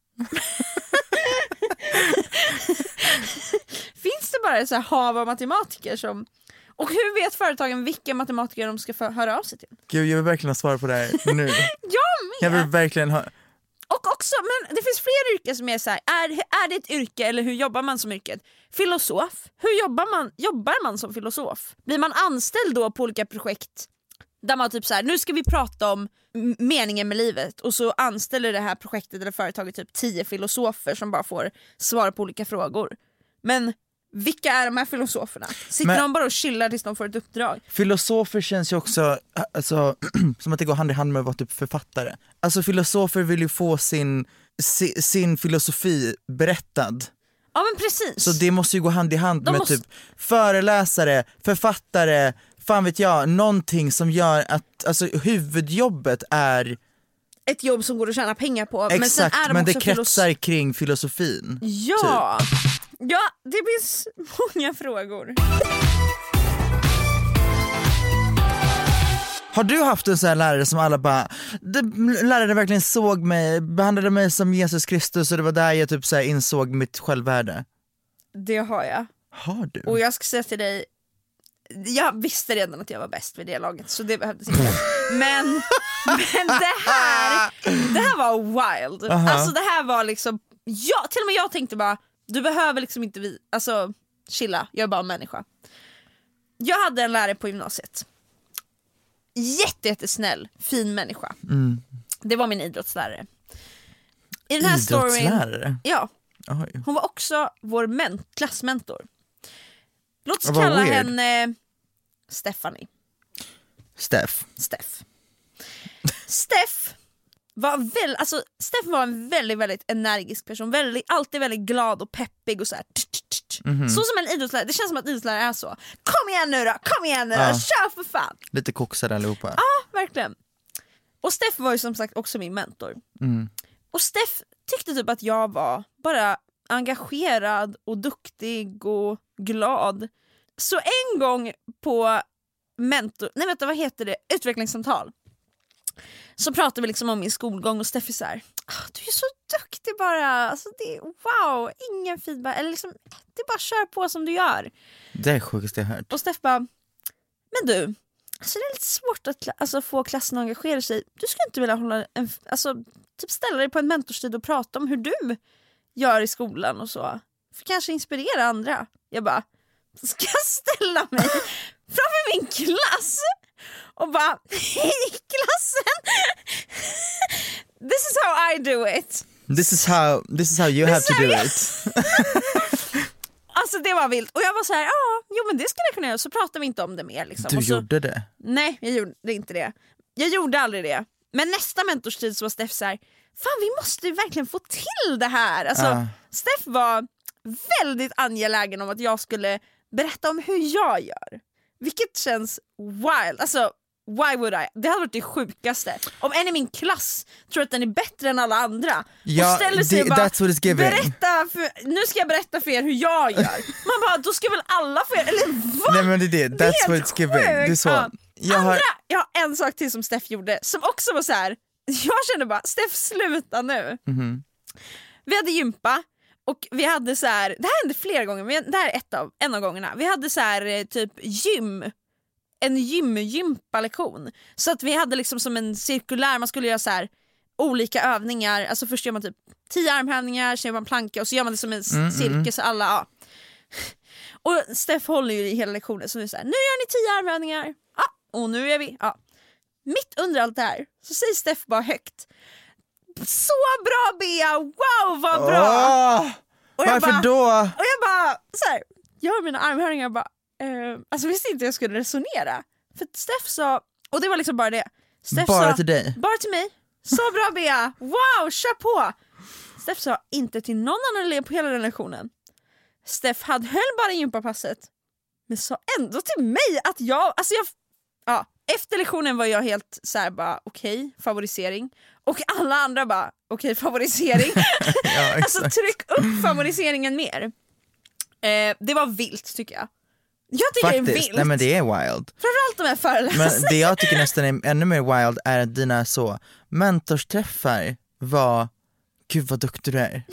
Finns det bara så här hav av matematiker som... Och hur vet företagen vilka matematiker de ska få höra av sig till? Gud, jag vill verkligen ha svar på det här nu. Jag med! Jag vill verkligen ha... Och också, men det finns fler yrken som är så här, är, är det ett yrke eller hur jobbar man som yrket? Filosof, hur jobbar man, jobbar man som filosof? Blir man anställd då på olika projekt där man typ så här, nu ska vi prata om meningen med livet, och så anställer det här projektet eller företaget typ tio filosofer som bara får svara på olika frågor. Men vilka är de här filosoferna? Sitter men, de bara och chillar tills de får ett uppdrag? Filosofer känns ju också alltså, som att det går hand i hand med att vara typ författare. Alltså filosofer vill ju få sin, sin, sin filosofi berättad. Ja men precis. Så det måste ju gå hand i hand de med måste... typ förläsare, författare, fan vet jag, någonting som gör att alltså, huvudjobbet är ett jobb som går att tjäna pengar på. Exakt, men, sen är de men det också kretsar filos... kring filosofin. Ja, typ. Ja, det finns många frågor. Har du haft en sån här lärare som alla bara, läraren verkligen såg mig, behandlade mig som Jesus Kristus, och det var där jag typ så här insåg mitt självvärde? Det har jag. Har du? Och jag ska säga till dig, jag visste redan att jag var bäst vid det laget, så det behövdes inte. Men, men det här, det här var wild. Uh-huh. Alltså det här var liksom, ja, till och med jag tänkte bara, du behöver liksom inte vi, alltså chilla, jag är bara en människa. Jag hade en lärare på gymnasiet. Jätte, jättesnäll, fin människa. Mm. Det var min idrottslärare. I den här idrottslärare? Storyn, ja. Oj. Hon var också vår men- klassmentor. Låt oss kalla weird. henne Stephanie. Steff. Steff. Steff var väl, alltså Steff var en väldigt, väldigt energisk person. Väldigt, alltid väldigt glad och peppig och så här. Mm-hmm. Så som en idrottslärare, det känns som att idrottslärare är så. Kom igen nu då, kom igen nu då, ja. Kör för fan. Lite koksade allihopa. Ja, verkligen. Och Steff var ju som sagt också min mentor. Mm. Och Steff tyckte typ att jag var bara engagerad och duktig och glad. Så en gång på mentor, nej vet du vad heter det, utvecklingssamtal, så pratade vi liksom om min skolgång och Steffi så här, du är så duktig bara. Alltså det är, wow, ingen feedback. Eller liksom, det är bara kör på som du gör. Det är sjukaste jag hört. Och Steff bara, men du, alltså det är lite svårt att alltså, få klassen att engagera sig. Du skulle inte vilja hålla en, alltså, typ ställa dig på en mentorstid och prata om hur du gör i skolan och så. För kanske inspirera andra. Jag bara, ska jag ställa mig framför min klass och bara, hej klassen, this is how I do it. This is how, this is how you this have to do jag... it. Alltså det var vilt. Och jag var så här, ja, ah, jo men det skulle jag kunna göra. Så pratade vi inte om det mer liksom. Du och så, gjorde det? Nej, jag gjorde inte det. Jag gjorde aldrig det. Men nästa mentorstid så var Steff så här, fan vi måste ju verkligen få till det här. Alltså uh. Steff var väldigt angelägen om att jag skulle berätta om hur jag gör. Vilket känns wild. Alltså, why would I? Det hade varit det sjukaste. Om en i min klass tror att den är bättre än alla andra ja, och ställer sig det, och bara, that's what it's giving. Berätta för, nu ska jag berätta för er hur jag gör. Man bara, då ska väl alla för er, eller vad? Nej men det är det, that's what it's giving. Det är så. Ja. Jag, andra, har... jag har en sak till som Steff gjorde som också var så här. Jag kände bara, Steff sluta nu. Mm-hmm. Vi hade gympa. Och vi hade så här, det här hände flera gånger, men det här är ett av, en av gångerna. Vi hade så här typ gym, en gym-gympa-lektion. Så att vi hade liksom som en cirkulär, man skulle göra så här olika övningar. Alltså först gör man typ tio armhävningar, sen gör man planka och så gör man det som en mm, cirkel mm. så alla, ja. Och Steff håller ju i hela lektionen så nu så här, nu gör ni tio armhävningar. Ja, och nu är vi, ja. Mitt under allt det här så säger Steff bara högt, så bra Bea, wow vad bra. Oh, och varför bara, då? Och jag bara så här, gör mina armhävningar bara eh, alltså visste inte jag skulle resonera. För Steff sa, och det var liksom bara det. Steff bara sa, till dig? Bara till mig. Så bra Bea, wow, kör på. Steff sa inte till någon annan elev på hela den lektionen. Steff hade höll bara gympapasset, men sa ändå till mig att jag, alltså jag, ja, efter lektionen var jag helt så här bara okej, okay, favorisering. Och alla andra bara okej, okay, favorisering. Ja, alltså tryck upp favoriseringen mer. Eh, det var vilt tycker jag. Jag tycker faktiskt, det är vilt. Nej men det är wild. Framförallt de här föreläsningarna. Men det jag tycker nästan är ännu mer wild är att dina så mentorsträffar var, gud vad duktig du är.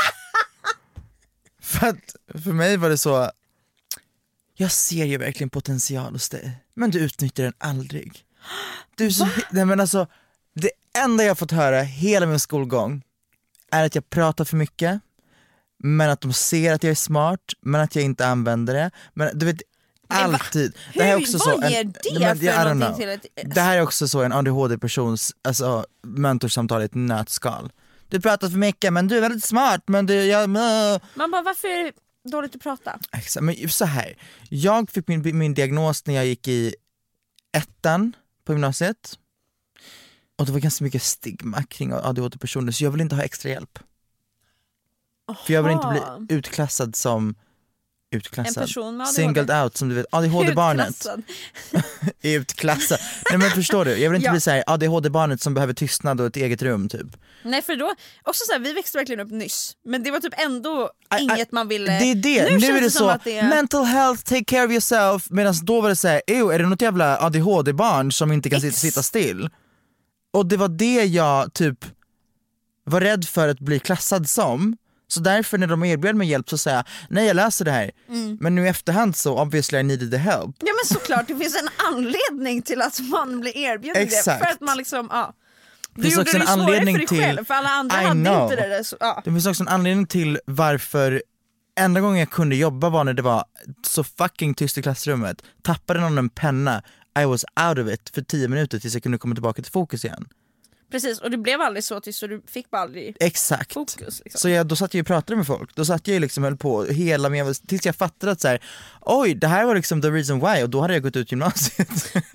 För att för mig var det så, jag ser ju verkligen potential hos dig, men du utnyttjar den aldrig. Du är så, nej men alltså, det enda jag fått höra hela min skolgång är att jag pratar för mycket, men att de ser att jag är smart, men att jag inte använder det. Men du vet, alltid. Va? Det här är också så en, det men, för någonting till ett... Det här är också så en A D H D-persons alltså, mentorsamtal i ett nötskal. Du pratar för mycket, men du är väldigt smart, men du... Jag, uh. Man bara, varför är det dåligt att prata? Exakt, men så här. Jag fick min, min diagnos när jag gick i ettan på gymnasiet. Och det var ganska mycket stigma kring A D H D-personer, så jag vill inte ha extra hjälp. Aha. För jag vill inte bli utklassad som utklassad. En person med A D H D. Singled out som du vet, A D H D-barnet. Utklassad. Utklassad. Nej men förstår du, jag vill inte ja. bli så här A D H D-barnet som behöver tystnad och ett eget rum typ. Nej för då, också så här, vi växte verkligen upp nyss. Men det var typ ändå I, inget I, man ville. Det är det, nu, nu är det så, det är... mental health, take care of yourself. Medan då var det så här, ew, är det något jävla A D H D-barn som inte kan sitta, sitta still? Och det var det jag typ var rädd för att bli klassad som. Så därför när de erbjöd mig hjälp så säger jag, nej jag läser det här. Mm. Men nu i efterhand så obviously I needed the help. Ja men såklart, det finns en anledning till att man blir erbjuden Exakt. det. För att man liksom, ja. Du det finns gjorde också det en anledning för dig till, själv, för alla andra I hade know. inte det där. Så, ja. Det finns också en anledning till varför enda gången jag kunde jobba var när det var så fucking tyst i klassrummet. Tappade någon en penna, I was out of it för tio minuter tills jag kunde komma tillbaka till fokus igen. Precis, och det blev aldrig så tills så du fick bara aldrig Exakt. fokus. Liksom. Så jag, då satt jag och pratade med folk, då satt jag liksom höll på hela med, tills jag fattade att så här, oj det här var liksom the reason why, och då hade jag gått ut gymnasiet.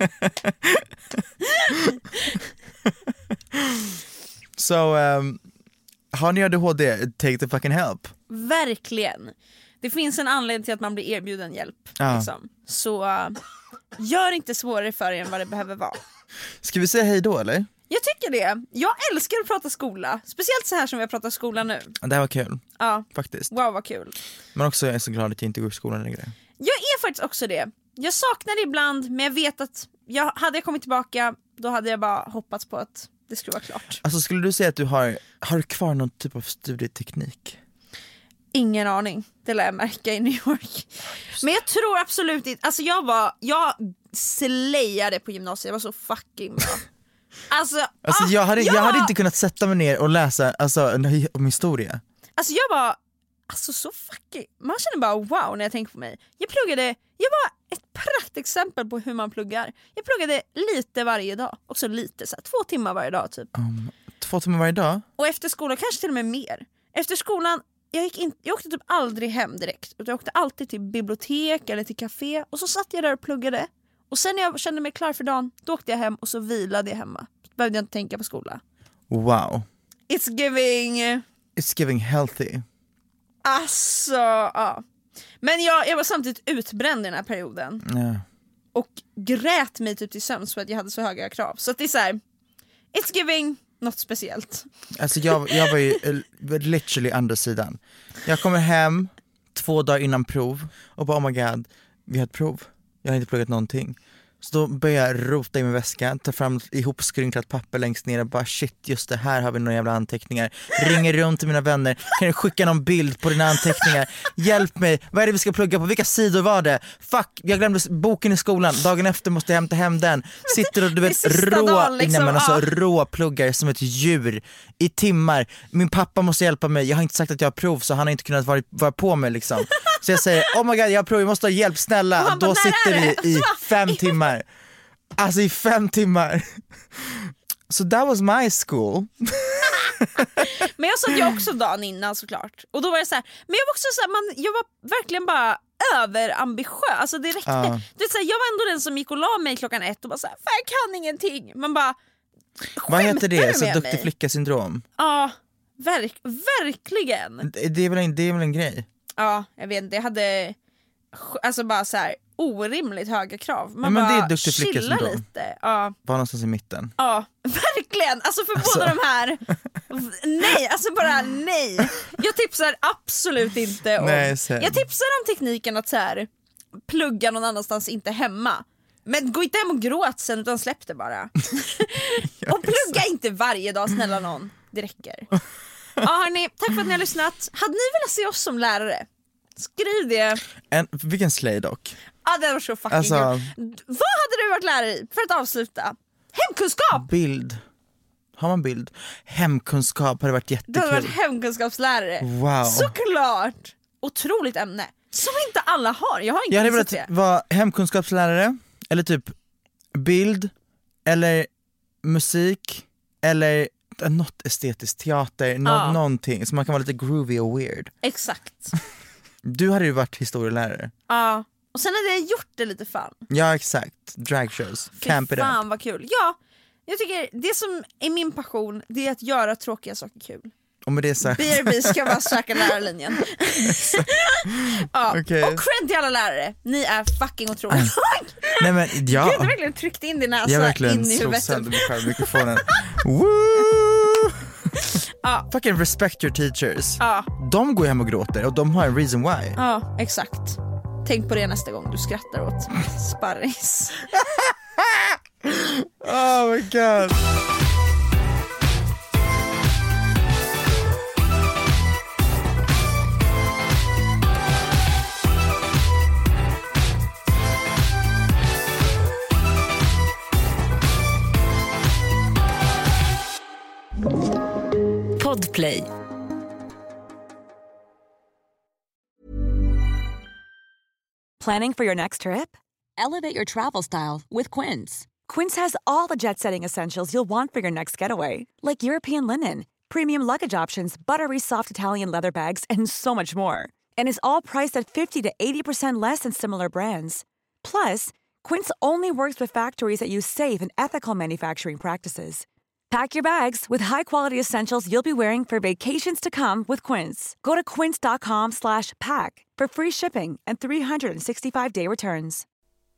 Så um, har ni A D H D, take the fucking help. Verkligen. Det finns en anledning till att man blir erbjuden hjälp. Ja. Liksom. Så uh, gör inte svårare för er än vad det behöver vara. Ska vi säga hej då eller? Jag tycker det. Jag älskar att prata skola. Speciellt så här som vi har pratat skola nu. Det här var kul. Ja. Faktiskt. Wow vad kul. Men också jag är så glad att jag inte går i skolan längre. Jag är faktiskt också det. Jag saknar det ibland, men jag vet att jag, hade jag kommit tillbaka, då hade jag bara hoppats på att det skulle vara klart. Alltså skulle du säga att du har, har du kvar någon typ av studieteknik? Ingen aning, det lär jag märka i New York. Men jag tror absolut inte, alltså jag var, jag slayade på gymnasiet, jag var så fucking bra. Alltså, alltså ah, jag, hade, jag, jag hade inte kunnat sätta mig ner och läsa alltså, om historia. Alltså jag var alltså så fucking, man känner bara wow när jag tänker på mig. Jag pluggade, jag var ett praktexempel på hur man pluggar. Jag pluggade lite varje dag, också lite så här, två timmar varje dag typ. Um, två timmar varje dag? Och efter skolan, kanske till och med mer. Efter skolan, jag, gick in, jag åkte typ aldrig hem direkt. Jag åkte alltid till bibliotek eller till café. Och så satt jag där och pluggade. Och sen när jag kände mig klar för dagen, då åkte jag hem och så vilade jag hemma. Så behövde jag inte tänka på skolan. Wow. It's giving... It's giving healthy. Alltså, ja. Men jag, jag var samtidigt utbränd i den här perioden. Yeah. Och grät mig typ till sömns för att jag hade så höga krav. Så att det är så här, it's giving något speciellt. Alltså jag, jag var ju literally andra sidan. Jag kommer hem två dagar innan prov och bara oh my god, vi har ett prov. Jag har inte pluggat någonting. Så då börjar jag rota i min väska, ta fram ihopskrynklat papper längst ner och bara shit, just det här har vi några jävla anteckningar. Ringer runt till mina vänner, kan du skicka någon bild på dina anteckningar? Hjälp mig, vad är det vi ska plugga på? Vilka sidor var det? Fuck, jag glömde boken i skolan, dagen efter måste jag hämta hem den. Sitter och du vet rå, dagen, liksom, nej, men alltså, ja. rå pluggar som ett djur i timmar. Min pappa måste hjälpa mig, jag har inte sagt att jag har prov så han har inte kunnat vara, vara på mig liksom. Så jag säger, oh my god, jag har prov, jag måste ha hjälp, snälla. Då sitter vi i fem timmar. Alltså i fem timmar. So that was my school. Men jag satt ju också dagen innan såklart. Och då var jag så här, men jag var också så här, man, jag var verkligen bara överambitiös. Alltså det räckte. Uh. Det är så här, jag var ändå den som gick och la mig klockan ett och bara så här, fan jag kan ingenting. Man bara, vad heter det? Så duktig flicka syndrom. Ja, verk, verkligen. Det är väl en, det är väl en grej. Ja, jag vet inte. Jag hade alltså bara så här orimligt höga krav. Man ja, men bara det är duktig flicka syndrom. Lite. Ja. Var någonstans i mitten. Ja, verkligen. Alltså för alltså. båda de här. Nej, alltså bara nej. Jag tipsar absolut inte om. Nej, jag tipsar om tekniken att så här plugga någon annanstans, inte hemma. Men gå inte hem och gråt sen utan släpp det bara. Och plugga inte varje dag, snälla någon. Det räcker. Ja hörni, tack för att ni har lyssnat. Hade ni velat se oss som lärare? Skriv det. En, vilken slay dock. Ja det var så fucking alltså, kul. Vad hade du varit lärare i för att avsluta? Hemkunskap. Bild. Har man bild? Hemkunskap hade varit jättekul. Du hade varit hemkunskapslärare. Wow. Såklart. Otroligt ämne. Som inte alla har. Jag har inte Jag hade velat vara hemkunskapslärare. Eller typ bild. Eller musik. Eller något estetiskt, teater, no- ja. någonting så man kan vara lite groovy och weird. Exakt. Du hade ju varit historielärare. Ja, och sen hade jag gjort det lite fan. Ja, exakt. Dragshows. Camp it up. Fan vad kul. Ja, jag tycker det som är min passion, det är att göra tråkiga saker kul. Och med det sagt. B R B ska vara söka lärarlinjen. Ja. Okay. Och cred till alla lärare. Ni är fucking otroliga. Nej men ja. Gud, du har verkligen tryckt in din näsa jag verkligen in i huvudet. Jag verkligen slog mikrofonen. Woo! Ja. Fucking respect your teachers. Ja. De går hem och gråter och de har en reason why. Ja, exakt. Tänk på det nästa gång du skrattar åt sparris. Oh my god. Podplay. Planning for your next trip? Elevate your travel style with Quince. Quince has all the jet-setting essentials you'll want for your next getaway, like European linen, premium luggage options, buttery soft Italian leather bags, and so much more. And is all priced at fifty to eighty percent less than similar brands. Plus, Quince only works with factories that use safe and ethical manufacturing practices. Pack your bags with high-quality essentials you'll be wearing for vacations to come with Quince. Go to quince dot com slash pack for free shipping and three sixty-five day returns.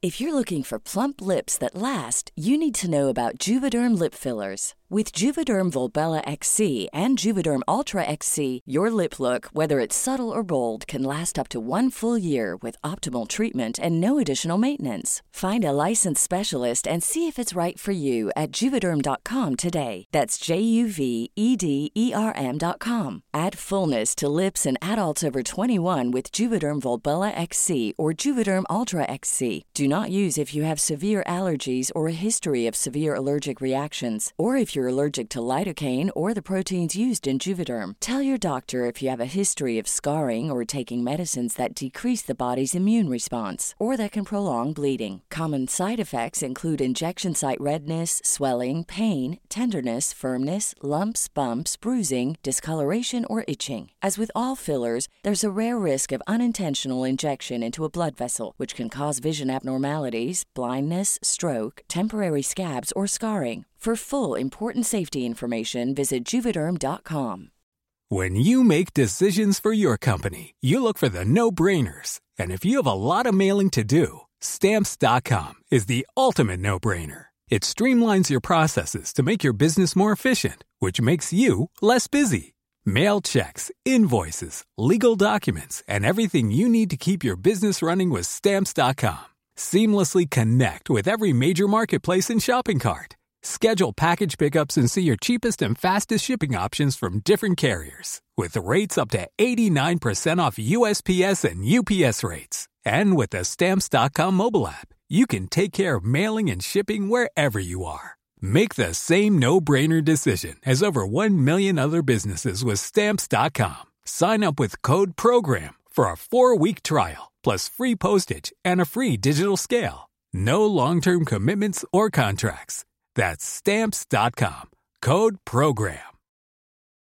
If you're looking for plump lips that last, you need to know about Juvederm lip fillers. With Juvederm Volbella X C and Juvederm Ultra X C, your lip look, whether it's subtle or bold, can last up to one full year with optimal treatment and no additional maintenance. Find a licensed specialist and see if it's right for you at juvederm dot com today. That's J U V E D E R M dot com. Add fullness to lips in adults over twenty-one with Juvederm Volbella X C or Juvederm Ultra X C. Do not use if you have severe allergies or a history of severe allergic reactions, or if you're allergic to lidocaine or the proteins used in Juvederm. Tell your doctor if you have a history of scarring or taking medicines that decrease the body's immune response or that can prolong bleeding. Common side effects include injection site redness, swelling, pain, tenderness, firmness, lumps, bumps, bruising, discoloration, or itching. As with all fillers, there's a rare risk of unintentional injection into a blood vessel, which can cause vision abnormalities, blindness, stroke, temporary scabs, or scarring. For full, important safety information, visit Juvederm dot com. When you make decisions for your company, you look for the no-brainers. And if you have a lot of mailing to do, Stamps dot com is the ultimate no-brainer. It streamlines your processes to make your business more efficient, which makes you less busy. Mail checks, invoices, legal documents, and everything you need to keep your business running with Stamps dot com. Seamlessly connect with every major marketplace and shopping cart. Schedule package pickups and see your cheapest and fastest shipping options from different carriers. With rates up to eighty-nine percent off U S P S and U P S rates. And with the Stamps dot com mobile app, you can take care of mailing and shipping wherever you are. Make the same no-brainer decision as over one million other businesses with Stamps dot com. Sign up with code PROGRAM for a four-week trial, plus free postage and a free digital scale. No long-term commitments or contracts. That's Stamps dot com. Code PROGRAM.